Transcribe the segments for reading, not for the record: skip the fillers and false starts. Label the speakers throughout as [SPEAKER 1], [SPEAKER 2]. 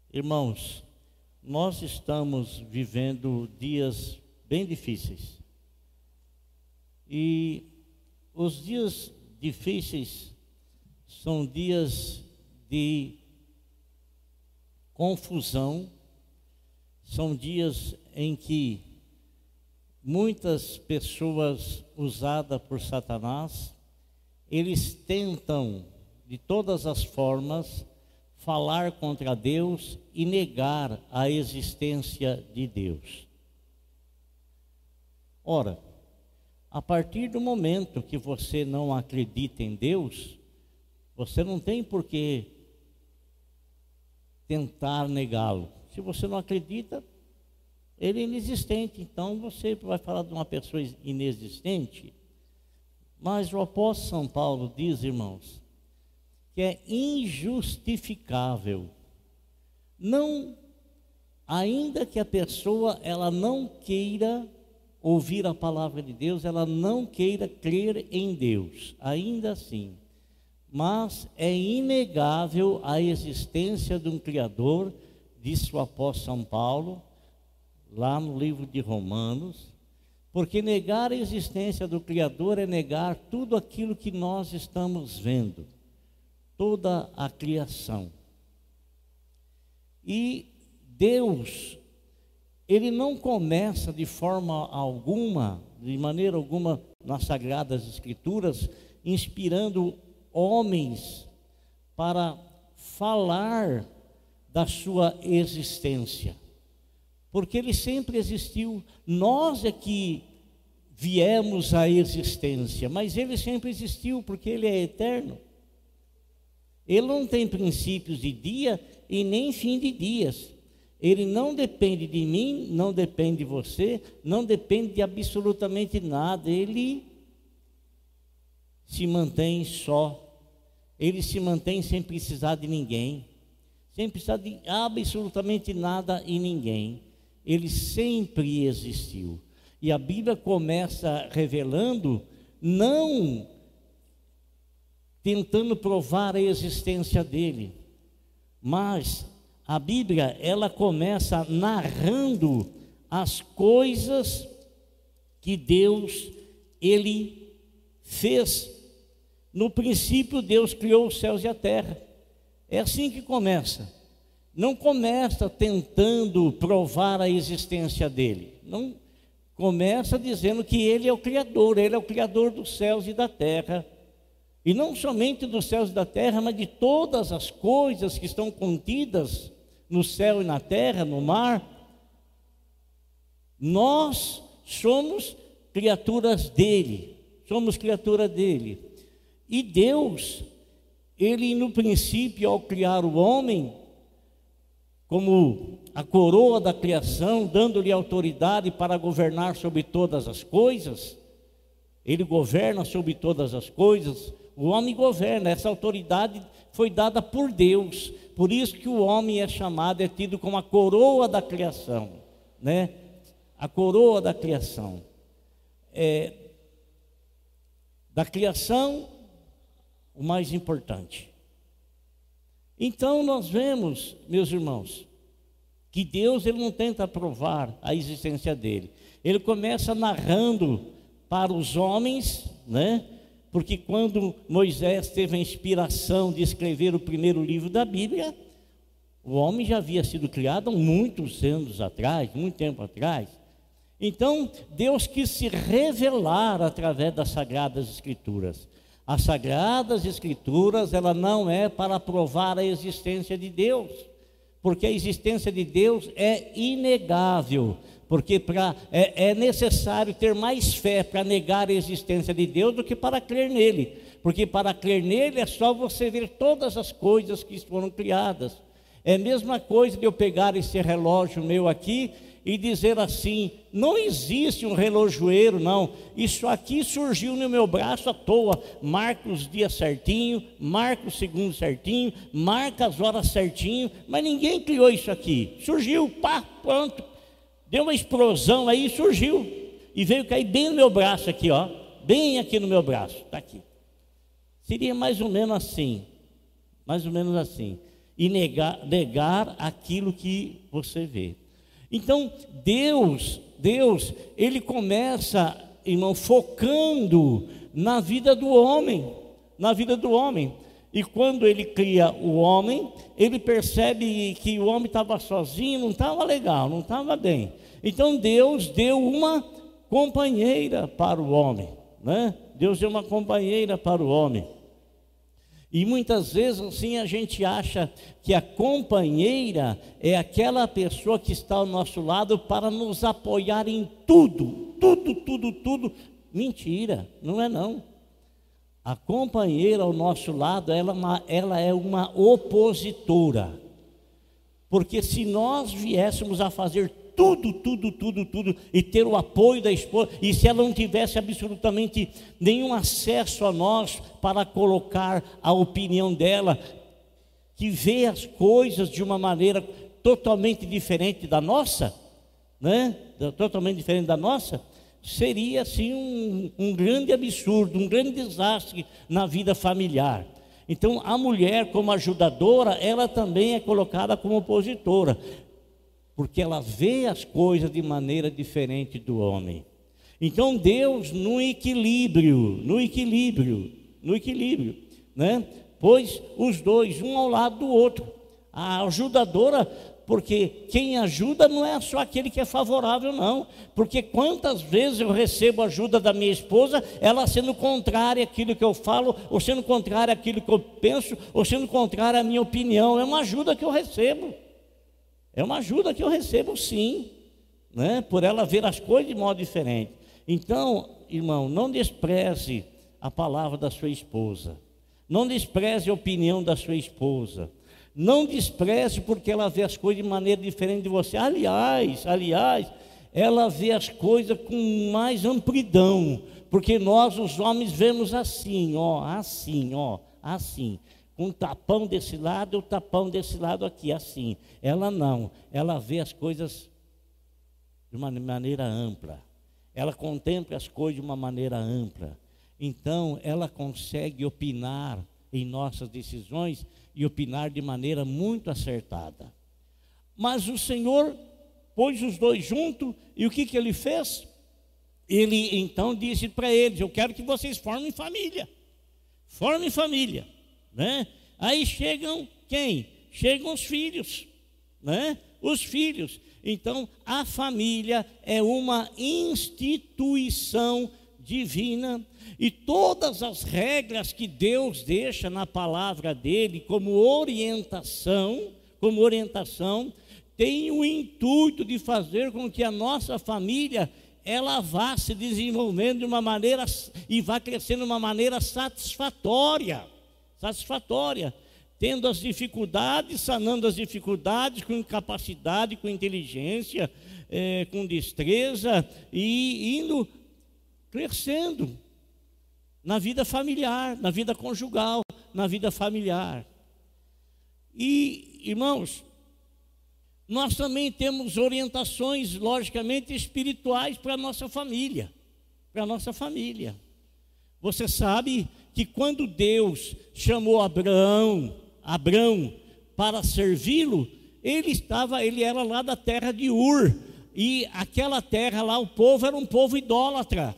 [SPEAKER 1] Irmãos, nós estamos vivendo dias bem difíceis. E os dias difíceis são dias de confusão, são dias em que muitas pessoas usadas por Satanás, eles tentam de todas as formas falar contra Deus e negar a existência de Deus. Ora, a partir do momento que você não acredita em Deus, você não tem por que tentar negá-lo. Se você não acredita, ele é inexistente. Então você vai falar de uma pessoa inexistente. Mas o apóstolo São Paulo diz, irmãos, que é injustificável. Não, ainda que a pessoa ela não queira ouvir a palavra de Deus, ela não queira crer em Deus, ainda assim. Mas é inegável a existência de um Criador, disse o apóstolo São Paulo, lá no livro de Romanos, porque negar a existência do Criador é negar tudo aquilo que nós estamos vendo, toda a criação. E Deus, Ele não começa de forma alguma, de maneira alguma, nas Sagradas Escrituras, inspirando homens para falar da sua existência, porque Ele sempre existiu. Nós é que viemos à existência, mas Ele sempre existiu, porque Ele é eterno. Ele não tem princípios de dia e nem fim de dias. Ele não depende de mim, não depende de você, não depende de absolutamente nada. Ele se mantém só. Ele se mantém sem precisar de ninguém, sem precisar de absolutamente nada e ninguém. Ele sempre existiu. E a Bíblia começa revelando, não tentando provar a existência dele, mas a Bíblia, ela começa narrando as coisas que Deus, Ele fez. No princípio, Deus criou os céus e a terra. É assim que começa. Não começa tentando provar a existência dele. Não começa dizendo que Ele é o Criador dos céus e da terra. E não somente dos céus e da terra, mas de todas as coisas que estão contidas no céu e na terra, no mar. Nós somos criaturas dele, somos criatura dele. E Deus, Ele no princípio, ao criar o homem, como a coroa da criação, dando-lhe autoridade para governar sobre todas as coisas, Ele governa sobre todas as coisas. O homem governa, essa autoridade foi dada por Deus. Por isso que o homem é chamado, é tido como a coroa da criação, né? A coroa da criação. Da criação, o mais importante. Então nós vemos, meus irmãos, que Deus, Ele não tenta provar a existência dele. Ele começa narrando para os homens, né? Porque quando Moisés teve a inspiração de escrever o primeiro livro da Bíblia, o homem já havia sido criado há muitos anos atrás, muito tempo atrás. Então, Deus quis se revelar através das Sagradas Escrituras. As Sagradas Escrituras, ela não é para provar a existência de Deus, porque a existência de Deus é inegável. Porque é necessário ter mais fé para negar a existência de Deus do que para crer nele. Porque para crer nele é só você ver todas as coisas que foram criadas. É a mesma coisa de eu pegar esse relógio meu aqui e dizer assim: não existe um relojoeiro, não. Isso aqui surgiu no meu braço à toa. Marca os dias certinho, marca os segundos certinho, marca as horas certinho. Mas ninguém criou isso aqui. Surgiu, pá, pronto. Deu uma explosão aí, surgiu. E veio cair bem no meu braço aqui, ó. Bem aqui no meu braço, está aqui. Seria mais ou menos assim. Mais ou menos assim. e negar aquilo que você vê. Então, Deus, Ele começa, irmão, focando na vida do homem, E quando Ele cria o homem, Ele percebe que o homem estava sozinho, não estava legal, não estava bem. Então, Deus deu uma companheira para o homem, né? Deus deu uma companheira para o homem. E muitas vezes assim a gente acha que a companheira é aquela pessoa que está ao nosso lado para nos apoiar em tudo. Mentira, não é não. A companheira ao nosso lado, ela é uma opositora. Porque se nós viéssemos a fazer tudo, e ter o apoio da esposa, e se ela não tivesse absolutamente nenhum acesso a nós para colocar a opinião dela, que vê as coisas de uma maneira totalmente diferente da nossa, né? Totalmente diferente da nossa, seria assim um grande absurdo, um grande desastre na vida familiar. Então a mulher, como ajudadora, ela também é colocada como opositora, porque ela vê as coisas de maneira diferente do homem. Então Deus no equilíbrio, né? Pôs os dois, um ao lado do outro. A ajudadora, porque quem ajuda não é só aquele que é favorável, não. Porque quantas vezes eu recebo ajuda da minha esposa, ela sendo contrária àquilo que eu falo, ou sendo contrária àquilo que eu penso, ou sendo contrária à minha opinião. É uma ajuda que eu recebo. Sim, né? Por ela ver as coisas de modo diferente. Então, irmão, não despreze a palavra da sua esposa. Não despreze a opinião da sua esposa. Não despreze porque ela vê as coisas de maneira diferente de você. Aliás, ela vê as coisas com mais amplidão. Porque nós, os homens, vemos assim. Um tapão desse lado e o tapão desse lado aqui, assim. Ela não, ela vê as coisas de uma maneira ampla. Ela contempla as coisas de uma maneira ampla. Então, ela consegue opinar em nossas decisões e opinar de maneira muito acertada. Mas o Senhor pôs os dois juntos e o que Ele fez? Ele então disse para eles: eu quero que vocês formem família. Né? Aí chegam quem? Chegam os filhos, né? Os filhos. Então a família é uma instituição divina, e todas as regras que Deus deixa na palavra dele como orientação, tem o intuito de fazer com que a nossa família ela vá se desenvolvendo de uma maneira e vá crescendo de uma maneira satisfatória, tendo as dificuldades, sanando as dificuldades com capacidade, com inteligência, com destreza e indo crescendo na vida familiar, na vida conjugal, na vida familiar. E, irmãos, nós também temos orientações, logicamente, espirituais para a nossa família. Você sabe que quando Deus chamou Abrão para servi-lo, ele era lá da terra de Ur, e aquela terra lá, o povo era um povo idólatra.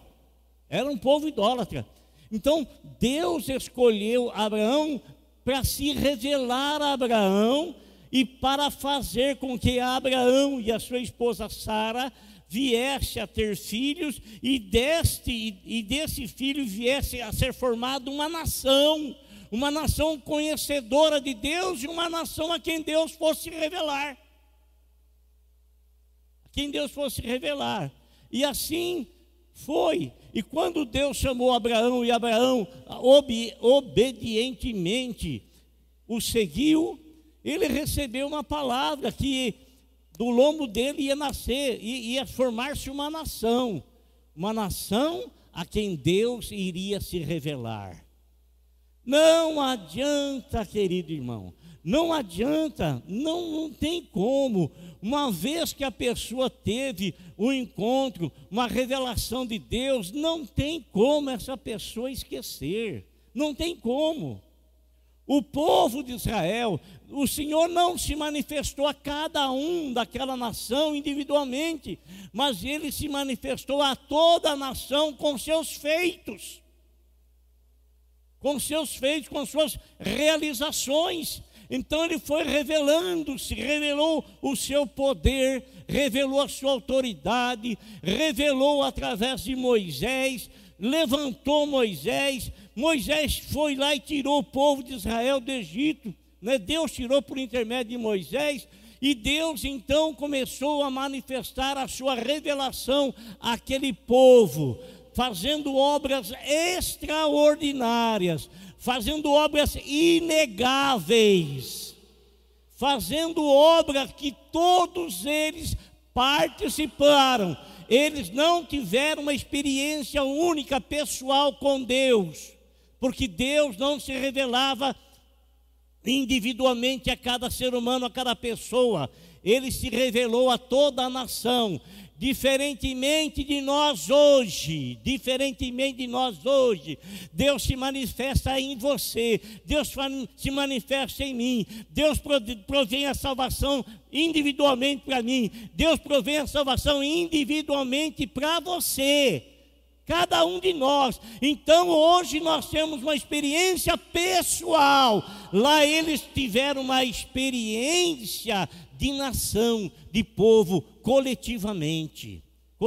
[SPEAKER 1] Então, Deus escolheu Abraão para se revelar a Abraão e para fazer com que Abraão e a sua esposa Sara viesse a ter filhos e desse filho viesse a ser formada uma nação conhecedora de Deus e uma nação a quem Deus fosse revelar. E assim foi. E quando Deus chamou Abraão e Abraão obedientemente o seguiu, ele recebeu uma palavra que do lombo dele ia nascer, ia formar-se uma nação a quem Deus iria se revelar. Não adianta, querido irmão, não adianta, não tem como. Uma vez que a pessoa teve um encontro, uma revelação de Deus, não tem como essa pessoa esquecer, não tem como. O povo de Israel, o Senhor não se manifestou a cada um daquela nação individualmente, mas Ele se manifestou a toda a nação com seus feitos. Com seus feitos, com suas realizações. Então Ele foi revelando-se, revelou o seu poder, revelou a sua autoridade, revelou através de Moisés, levantou Moisés. Moisés foi lá e tirou o povo de Israel do Egito, né? Deus tirou por intermédio de Moisés, e Deus então começou a manifestar a sua revelação àquele povo, fazendo obras extraordinárias, fazendo obras inegáveis, fazendo obras que todos eles participaram. Eles não tiveram uma experiência única, pessoal com Deus, porque Deus não se revelava individualmente a cada ser humano, a cada pessoa. Ele se revelou a toda a nação. Diferentemente de nós hoje, Deus se manifesta em você, Deus se manifesta em mim, Deus provém a salvação individualmente para mim, Deus provém a salvação individualmente para você, cada um de nós. Então hoje nós temos uma experiência pessoal, lá eles tiveram uma experiência de nação, de povo, coletivamente,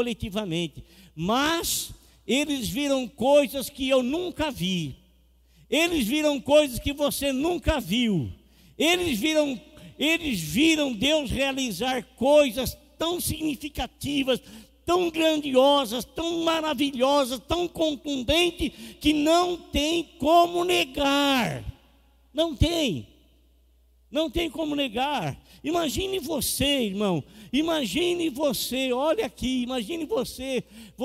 [SPEAKER 1] mas eles viram coisas que eu nunca vi, eles viram coisas que você nunca viu, eles viram Deus realizar coisas tão significativas, tão grandiosas, tão maravilhosas, tão contundentes, que não tem como negar, não tem como negar. Imagine você, irmão, olha aqui, imagine você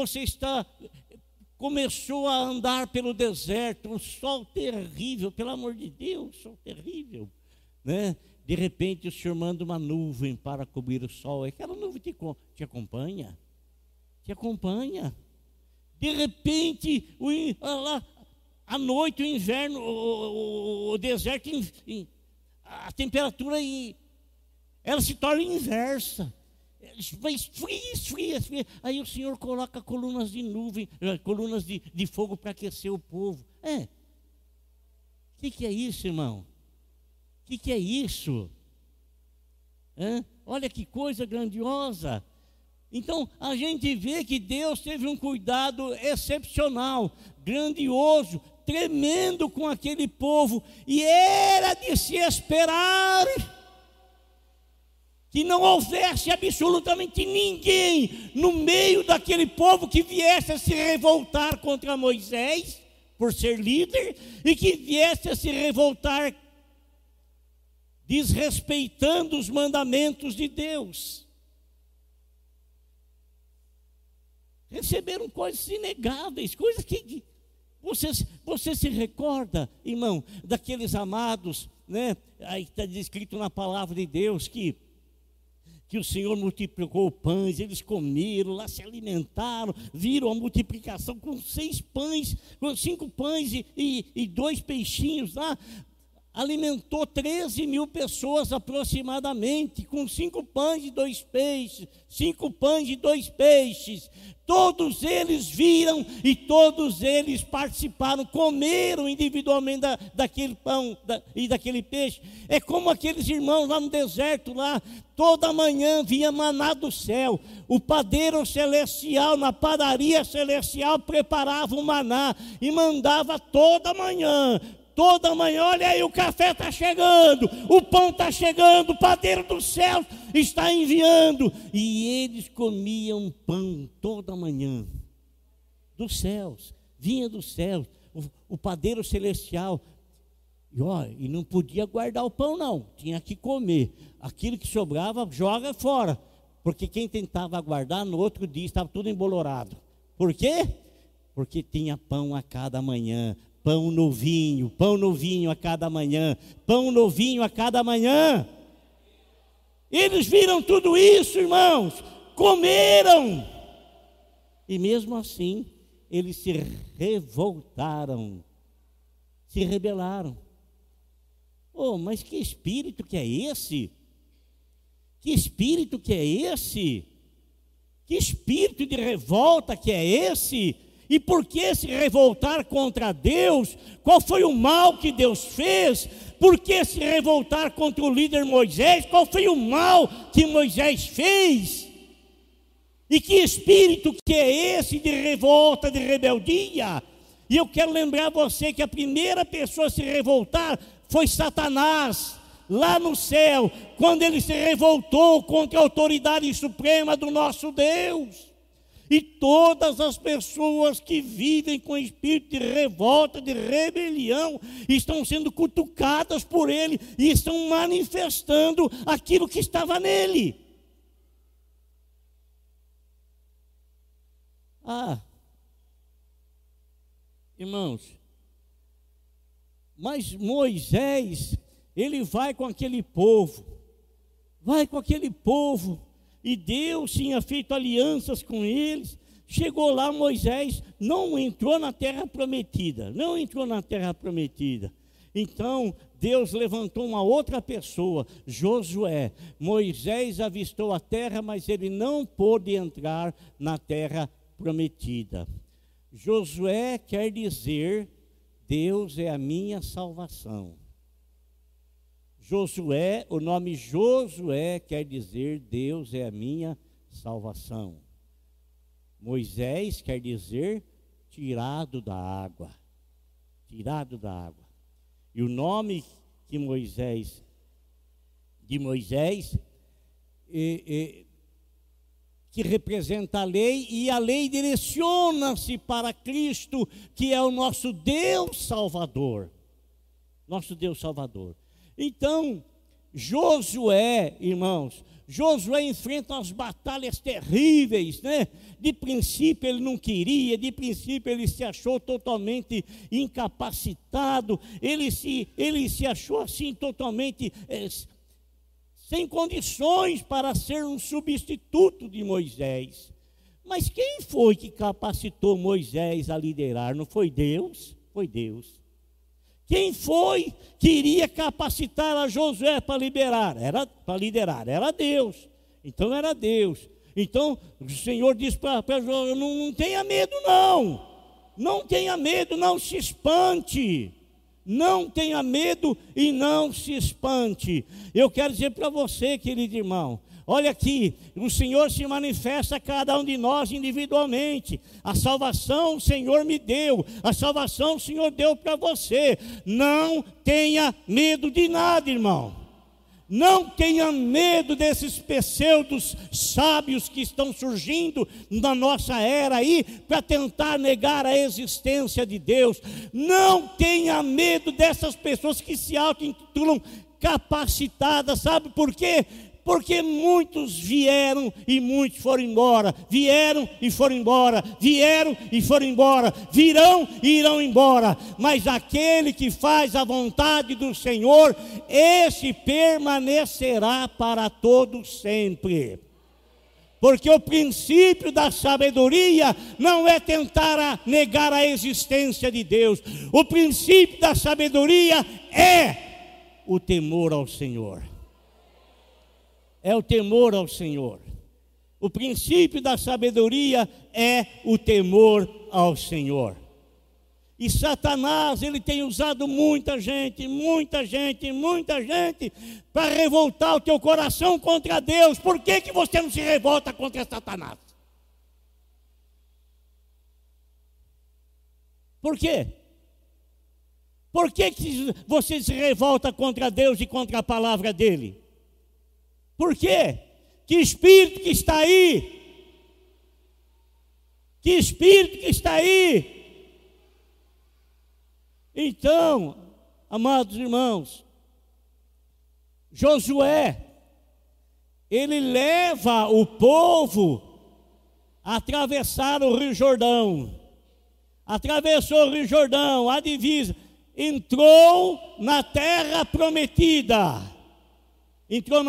[SPEAKER 1] começou a andar pelo deserto, um sol terrível, pelo amor de Deus, sol terrível, né? De repente o Senhor manda uma nuvem para cobrir o sol, aquela nuvem te acompanha, de repente, à noite, o inverno, o deserto, a temperatura ela se torna inversa, esfria. Aí o Senhor coloca colunas de nuvem, colunas de fogo para aquecer o povo. O que é isso, irmão? O que é isso? Olha que coisa grandiosa. Então a gente vê que Deus teve um cuidado excepcional, grandioso, tremendo com aquele povo, e era de se esperar que não houvesse absolutamente ninguém no meio daquele povo que viesse a se revoltar contra Moisés, por ser líder, e que viesse a se revoltar desrespeitando os mandamentos de Deus. Receberam coisas inegáveis, coisas que você se recorda, irmão, daqueles amados, né? Aí está descrito na palavra de Deus que o Senhor multiplicou pães, eles comeram, lá se alimentaram, viram a multiplicação com 6 pães, com 5 pães e 2 peixinhos lá, alimentou 13 mil pessoas aproximadamente, com 5 pães e 2 peixes, 5 pães e 2 peixes, todos eles viram e todos eles participaram, comeram individualmente daquele pão e daquele peixe. É como aqueles irmãos lá no deserto, lá, toda manhã vinha maná do céu, o padeiro celestial, na padaria celestial, preparava o maná e mandava toda manhã, olha aí, o café está chegando, o pão está chegando, o padeiro do céu está enviando. E eles comiam pão toda manhã, dos céus, vinha dos céus, o padeiro celestial. E não podia guardar o pão não, tinha que comer. Aquilo que sobrava, joga fora. Porque quem tentava guardar, no outro dia estava tudo embolorado. Por quê? Porque tinha pão a cada manhã. Pão novinho a cada manhã, pão novinho a cada manhã. Eles viram tudo isso, irmãos, comeram, e mesmo assim, eles se revoltaram, se rebelaram. Oh, mas que espírito que é esse? Que espírito que é esse? Que espírito de revolta que é esse? E por que se revoltar contra Deus? Qual foi o mal que Deus fez? Por que se revoltar contra o líder Moisés? Qual foi o mal que Moisés fez? E que espírito que é esse de revolta, de rebeldia? E eu quero lembrar você que a primeira pessoa a se revoltar foi Satanás, lá no céu, quando ele se revoltou contra a autoridade suprema do nosso Deus. E todas as pessoas que vivem com espírito de revolta, de rebelião, estão sendo cutucadas por ele e estão manifestando aquilo que estava nele. Irmãos, mas Moisés, ele vai com aquele povo, e Deus tinha feito alianças com eles. Chegou lá, Moisés não entrou na terra prometida, Então, Deus levantou uma outra pessoa, Josué. Moisés avistou a terra, mas ele não pôde entrar na terra prometida. Josué quer dizer, Deus é a minha salvação. Josué, o nome Josué quer dizer, Deus é a minha salvação. Moisés quer dizer, tirado da água. E o nome de Moisés, que representa a lei, e a lei direciona-se para Cristo, que é o nosso Deus Salvador. Então, Josué, irmãos, enfrenta umas batalhas terríveis, né? De princípio ele não queria, de princípio ele se achou totalmente incapacitado, ele se achou assim totalmente sem condições para ser um substituto de Moisés. Mas quem foi que capacitou Moisés a liderar? Não foi Deus? Foi Deus. Quem foi que iria capacitar a Josué para liderar? Era Deus. Então era Deus. Então o Senhor disse para Josué: não tenha medo não. Não tenha medo, não se espante. Não tenha medo e não se espante. Eu quero dizer para você, querido irmão, olha aqui, o Senhor se manifesta a cada um de nós individualmente. A salvação o Senhor me deu, a salvação o Senhor deu para você. Não tenha medo de nada, irmão. Não tenha medo desses pseudos sábios que estão surgindo na nossa era aí para tentar negar a existência de Deus. Não tenha medo dessas pessoas que se auto-intitulam capacitadas. Sabe por quê? Porque muitos vieram e muitos foram embora. Vieram e foram embora. Virão e irão embora. Mas aquele que faz a vontade do Senhor, esse permanecerá para todo sempre. Porque o princípio da sabedoria não é tentar negar a existência de Deus. O princípio da sabedoria é o temor ao Senhor. É o temor ao Senhor. O princípio da sabedoria é o temor ao Senhor. E Satanás, ele tem usado muita gente para revoltar o teu coração contra Deus. Por que você não se revolta contra Satanás? Por quê? Por que você se revolta contra Deus e contra a palavra dele? Por quê? Que espírito que está aí? Que espírito que está aí? Então, amados irmãos, Josué, ele leva o povo a atravessar o Rio Jordão. Atravessou o Rio Jordão, a divisa, entrou na terra prometida.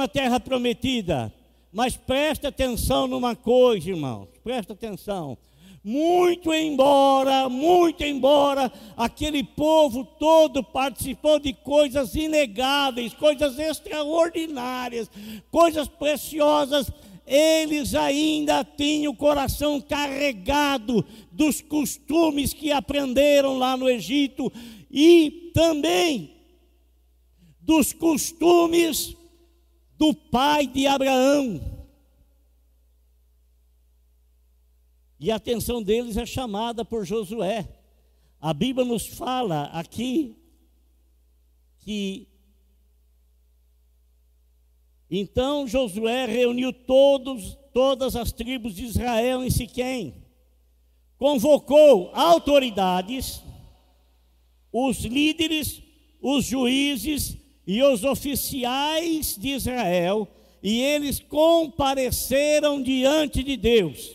[SPEAKER 1] Mas presta atenção numa coisa, irmãos, presta atenção. Muito embora aquele povo todo participou de coisas inegáveis, coisas extraordinárias, coisas preciosas, eles ainda tinham o coração carregado dos costumes que aprenderam lá no Egito e também dos costumes do pai de Abraão. E a atenção deles é chamada por Josué. A Bíblia nos fala aqui que então Josué reuniu todas as tribos de Israel em Siquém, convocou autoridades, os líderes, os juízes e os oficiais de Israel, e eles compareceram diante de Deus.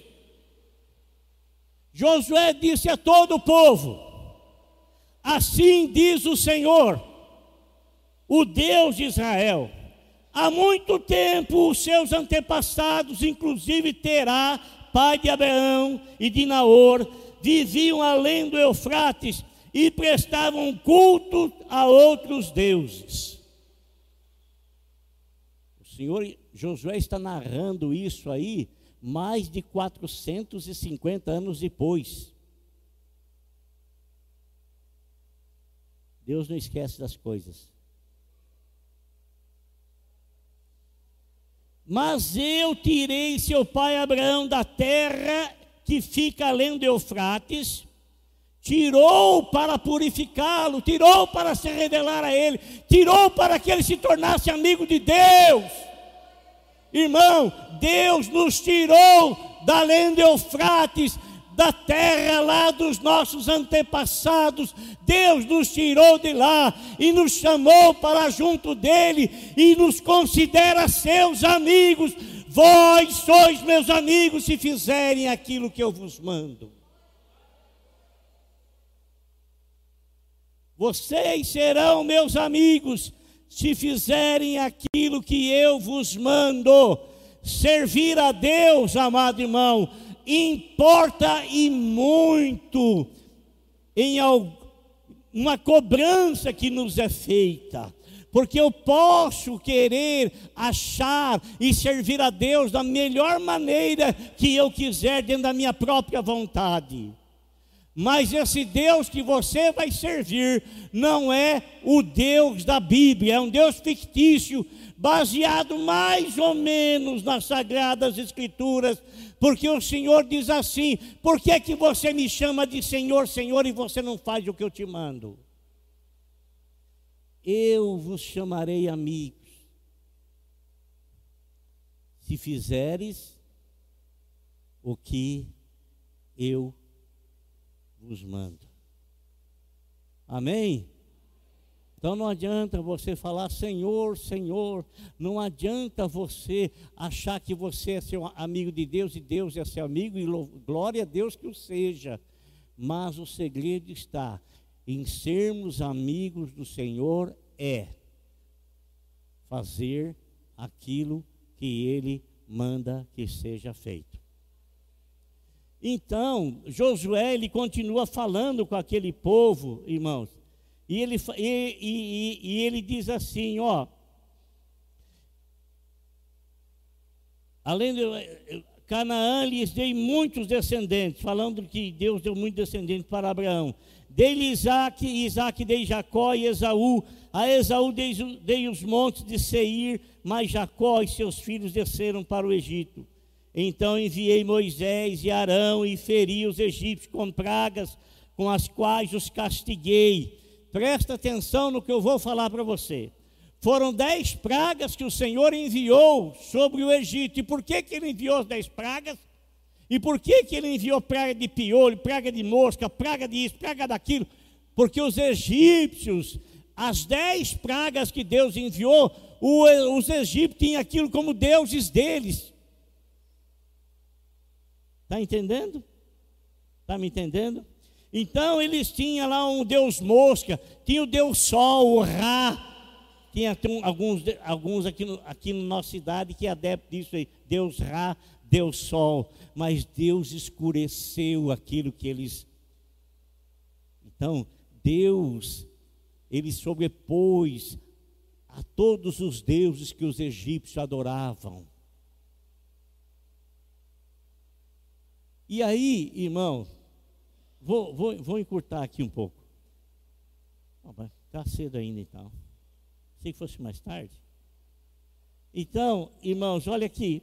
[SPEAKER 1] Josué disse a todo o povo: assim diz o Senhor, o Deus de Israel, há muito tempo os seus antepassados, inclusive Terá, pai de Abraão e de Naor, viviam além do Eufrates e prestavam culto a outros deuses. O Senhor Josué está narrando isso aí mais de 450 anos depois. Deus não esquece das coisas. Mas eu tirei seu pai Abraão da terra que fica além do Eufrates, tirou para purificá-lo, tirou para se revelar a ele, tirou para que ele se tornasse amigo de Deus. Irmão, Deus nos tirou da além do Eufrates, da terra lá dos nossos antepassados. Deus nos tirou de lá e nos chamou para junto dele e nos considera seus amigos. Vós sois meus amigos se fizerem aquilo que eu vos mando. Vocês serão meus amigos se fizerem aquilo que eu vos mando. Servir a Deus, amado irmão, importa e muito em uma cobrança que nos é feita. Porque eu posso querer achar e servir a Deus da melhor maneira que eu quiser, dentro da minha própria vontade. Mas esse Deus que você vai servir não é o Deus da Bíblia, é um Deus fictício, baseado mais ou menos nas Sagradas Escrituras, porque o Senhor diz assim: por que é que você me chama de Senhor, Senhor, e você não faz o que eu te mando? Eu vos chamarei amigos, se fizeres o que eu vos mando. Amém? Então não adianta você falar Senhor, Senhor, não adianta você achar que você é seu amigo de Deus e Deus é seu amigo, e glória a Deus que o seja, mas o segredo está em sermos amigos do Senhor, é fazer aquilo que Ele manda que seja feito. Então, Josué, ele continua falando com aquele povo, irmãos, e ele diz assim, ó, além de Canaã lhes dei muitos descendentes, falando que Deus deu muitos descendentes para Abraão. Dei-lhe Isaque dei Jacó e Esaú. A Esaú dei os montes de Seir, mas Jacó e seus filhos desceram para o Egito. Então enviei Moisés e Arão e feri os egípcios com pragas, com as quais os castiguei. Presta atenção no que eu vou falar para você. Foram 10 pragas que o Senhor enviou sobre o Egito. E por que Ele enviou as 10 pragas? E por que Ele enviou praga de piolho, praga de mosca, praga disso, praga daquilo? Porque os egípcios, as 10 pragas que Deus enviou, os egípcios tinham aquilo como deuses deles. Está entendendo? Está me entendendo? Então eles tinham lá um deus mosca, tinha o deus sol, o Ra, tem até alguns aqui na nossa cidade que é adepto disso aí. Deus Ra, Deus Sol. Mas Deus escureceu aquilo que eles... Então, Deus, Ele sobrepôs a todos os deuses que os egípcios adoravam. E aí, irmão, vou encurtar aqui um pouco. Está cedo ainda, então. Sei que fosse mais tarde. Então, irmãos, olha aqui.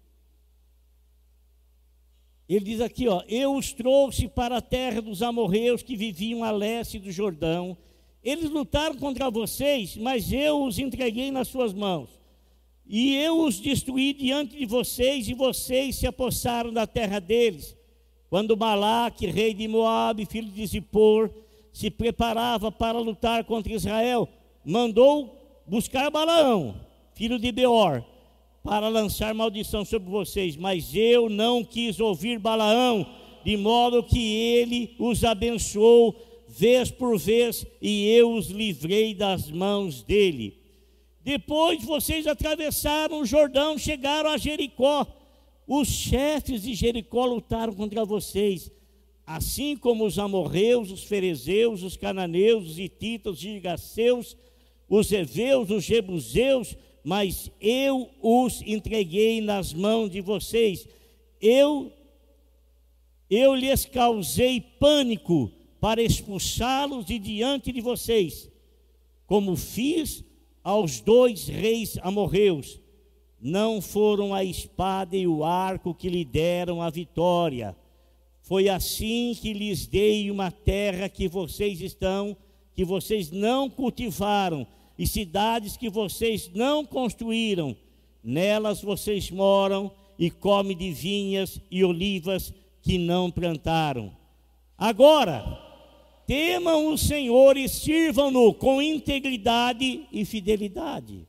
[SPEAKER 1] Ele diz aqui, ó: eu os trouxe para a terra dos amorreus que viviam a leste do Jordão. Eles lutaram contra vocês, mas eu os entreguei nas suas mãos. E eu os destruí diante de vocês, e vocês se apossaram da terra deles. Quando Balaque, rei de Moabe, filho de Zippor, se preparava para lutar contra Israel, mandou buscar Balaão, filho de Beor, para lançar maldição sobre vocês. Mas eu não quis ouvir Balaão, de modo que ele os abençoou vez por vez, e eu os livrei das mãos dele. Depois vocês atravessaram o Jordão, chegaram a Jericó. Os chefes de Jericó lutaram contra vocês, assim como os amorreus, os ferezeus, os cananeus, os hititas, os girgaceus, os heveus, os jebuseus, mas eu os entreguei nas mãos de vocês. Eu lhes causei pânico para expulsá-los de diante de vocês, como fiz aos 2 reis amorreus. Não foram a espada e o arco que lhe deram a vitória. Foi assim que lhes dei uma terra que vocês não cultivaram, e cidades que vocês não construíram. Nelas vocês moram e comem de vinhas e olivas que não plantaram. Agora, temam o Senhor e sirvam-no com integridade e fidelidade.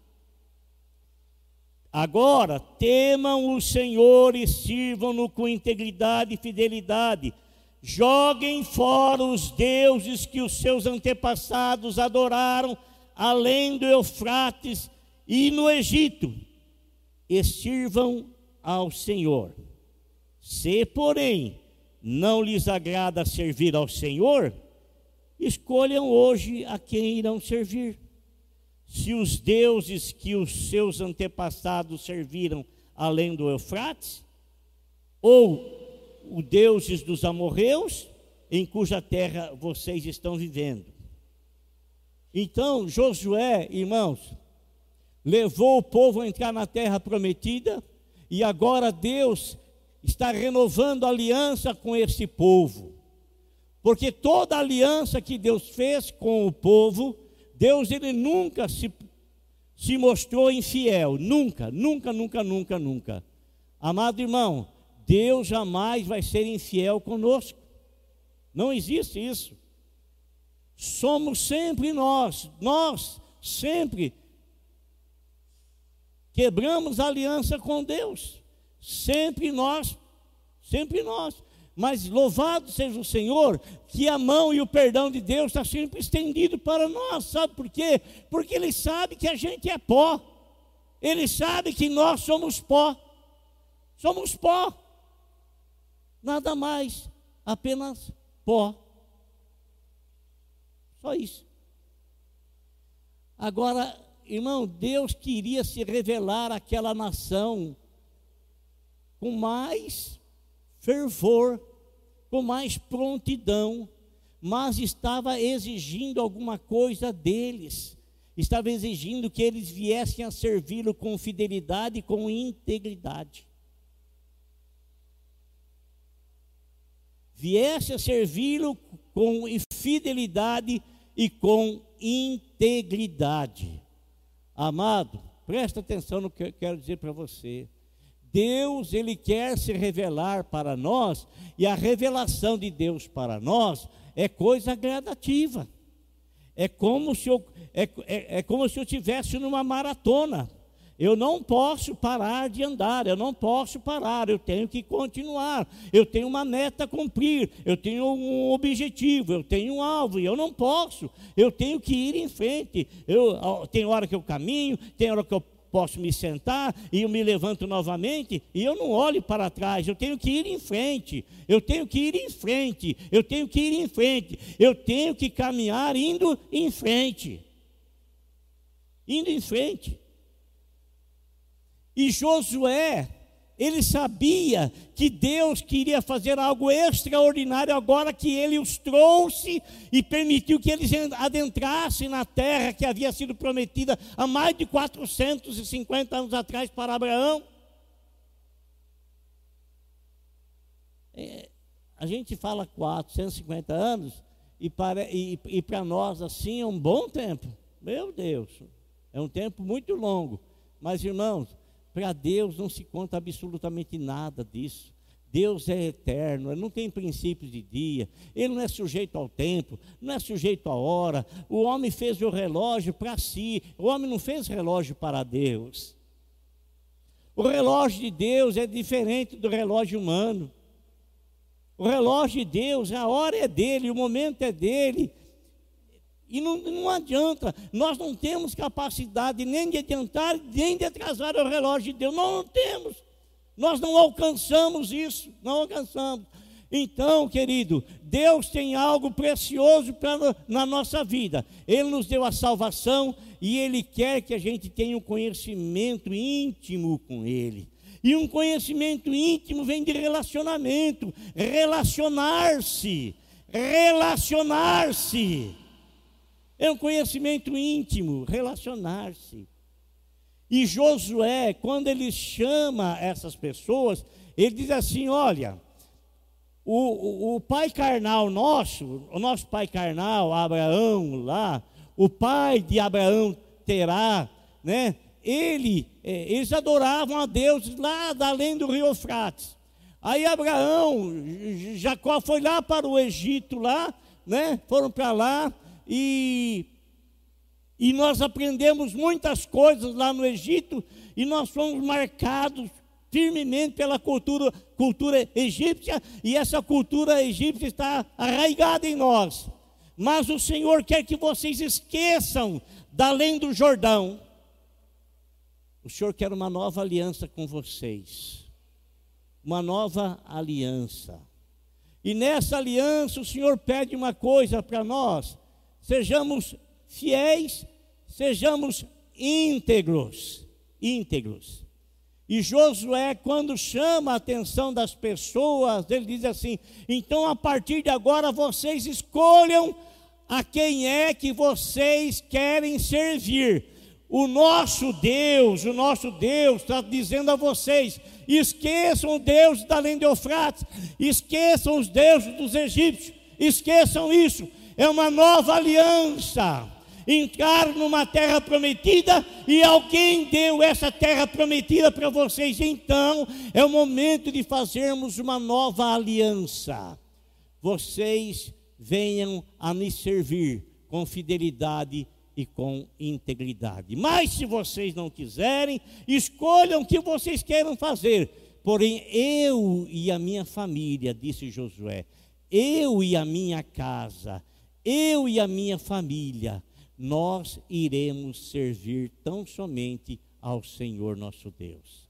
[SPEAKER 1] Agora, temam o Senhor e sirvam-no com integridade e fidelidade. Joguem fora os deuses que os seus antepassados adoraram, além do Eufrates e no Egito, e sirvam ao Senhor. Se, porém, não lhes agrada servir ao Senhor, escolham hoje a quem irão servir. Se os deuses que os seus antepassados serviram além do Eufrates, ou os deuses dos amorreus, em cuja terra vocês estão vivendo. Então Josué, irmãos, levou o povo a entrar na terra prometida, e agora Deus está renovando a aliança com esse povo, porque toda a aliança que Deus fez com o povo, Deus, ele nunca se mostrou infiel, nunca. Amado irmão, Deus jamais vai ser infiel conosco, não existe isso. Somos sempre nós sempre quebramos a aliança com Deus, sempre nós. Mas louvado seja o Senhor, que a mão e o perdão de Deus está sempre estendido para nós. Sabe por quê? Porque Ele sabe que a gente é pó. Ele sabe que nós somos pó. Somos pó. Nada mais, apenas pó. Só isso. Agora, irmão, Deus queria se revelar àquela nação com mais fervor, com mais prontidão, mas estava exigindo alguma coisa deles. Estava exigindo que eles viessem a servi-lo com fidelidade e com integridade. Viesse a servi-lo com fidelidade e com integridade. Amado, presta atenção no que eu quero dizer para você. Deus, Ele quer se revelar para nós, e a revelação de Deus para nós é coisa gradativa. É como se eu estivesse numa maratona. Eu não posso parar de andar, eu não posso parar, eu tenho que continuar. Eu tenho uma meta a cumprir, eu tenho um objetivo, eu tenho um alvo, e eu não posso. Eu tenho que ir em frente. Tem hora que eu caminho, tem hora que eu posso me sentar e eu me levanto novamente e eu não olho para trás. Eu tenho que ir em frente, eu tenho que ir em frente, eu tenho que ir em frente, eu tenho que caminhar indo em frente. Indo em frente. E Josué, ele sabia que Deus queria fazer algo extraordinário agora que ele os trouxe e permitiu que eles adentrassem na terra que havia sido prometida há mais de 450 anos atrás para Abraão. A gente fala 450 anos e para nós assim é um bom tempo. Meu Deus, é um tempo muito longo. Mas irmãos, para Deus não se conta absolutamente nada disso. Deus é eterno, Ele não tem princípios de dia, Ele não é sujeito ao tempo, não é sujeito à hora. O homem fez o relógio para si, o homem não fez relógio para Deus. O relógio de Deus é diferente do relógio humano. O relógio de Deus, a hora é dele, o momento é dele. E não adianta, nós não temos capacidade nem de adiantar, nem de atrasar o relógio de Deus. Nós não temos, nós não alcançamos isso, não alcançamos. Então, querido, Deus tem algo precioso na nossa vida. Ele nos deu a salvação e Ele quer que a gente tenha um conhecimento íntimo com Ele. E um conhecimento íntimo vem de relacionamento, relacionar-se. É um conhecimento íntimo, relacionar-se. E Josué, quando ele chama essas pessoas, ele diz assim: olha, o pai carnal nosso, o nosso pai carnal, Abraão lá, o pai de Abraão, Terá, né? Eles adoravam a Deus lá além do rio Eufrates. Aí Jacó foi lá para o Egito lá, né? Foram para lá. E nós aprendemos muitas coisas lá no Egito, e nós fomos marcados firmemente pela cultura egípcia, e essa cultura egípcia está arraigada em nós. Mas o Senhor quer que vocês esqueçam da além do Jordão. O Senhor quer uma nova aliança com vocês, uma nova aliança. E nessa aliança o Senhor pede uma coisa para nós: sejamos fiéis, sejamos íntegros. E Josué, quando chama a atenção das pessoas, ele diz assim: então a partir de agora vocês escolham a quem é que vocês querem servir. O nosso Deus está dizendo a vocês: esqueçam o Deus da além do Eufrates, esqueçam os deuses dos egípcios, esqueçam isso. É uma nova aliança. Entrar numa terra prometida, e alguém deu essa terra prometida para vocês. Então é o momento de fazermos uma nova aliança. Vocês venham a me servir com fidelidade e com integridade. Mas se vocês não quiserem, escolham o que vocês queiram fazer. Porém eu e a minha família, disse Josué, eu e a minha casa, eu e a minha família, nós iremos servir tão somente ao Senhor nosso Deus.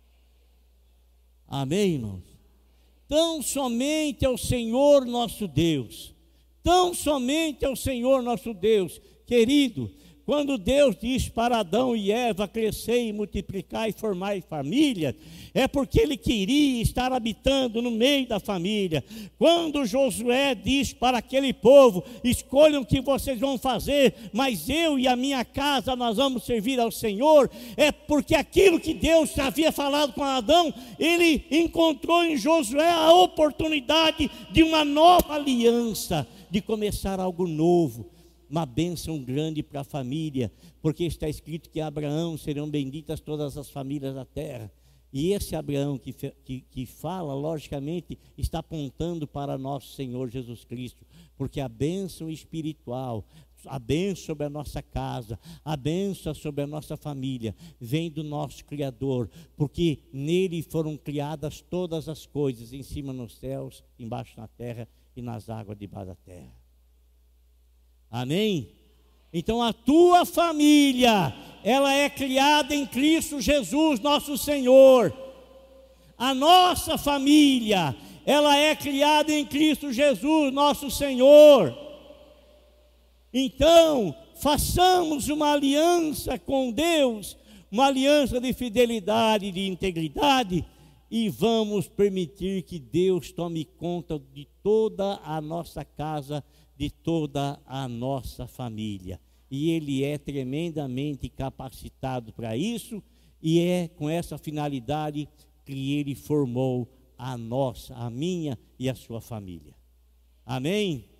[SPEAKER 1] Amém, irmãos? Tão somente ao Senhor nosso Deus. Tão somente ao Senhor nosso Deus. Querido, quando Deus diz para Adão e Eva: crescer e multiplicar e formar família, é porque Ele queria estar habitando no meio da família. Quando Josué diz para aquele povo: escolham o que vocês vão fazer, mas eu e a minha casa nós vamos servir ao Senhor, é porque aquilo que Deus havia falado com Adão, Ele encontrou em Josué a oportunidade de uma nova aliança, de começar algo novo. Uma bênção grande para a família, porque está escrito que Abraão serão benditas todas as famílias da terra. E esse Abraão que fala, logicamente, está apontando para nosso Senhor Jesus Cristo, porque a bênção espiritual a bênção sobre a nossa casa, a bênção sobre a nossa família, vem do nosso Criador, porque nele foram criadas todas as coisas, em cima nos céus, embaixo na terra e nas águas debaixo da terra. Amém? Então a tua família, ela é criada em Cristo Jesus, nosso Senhor. A nossa família, ela é criada em Cristo Jesus, nosso Senhor. Então, façamos uma aliança com Deus, uma aliança de fidelidade, de integridade, e vamos permitir que Deus tome conta de toda a nossa casa, de toda a nossa família. E Ele é tremendamente capacitado para isso, e é com essa finalidade que Ele formou a nossa, a minha e a sua família. Amém?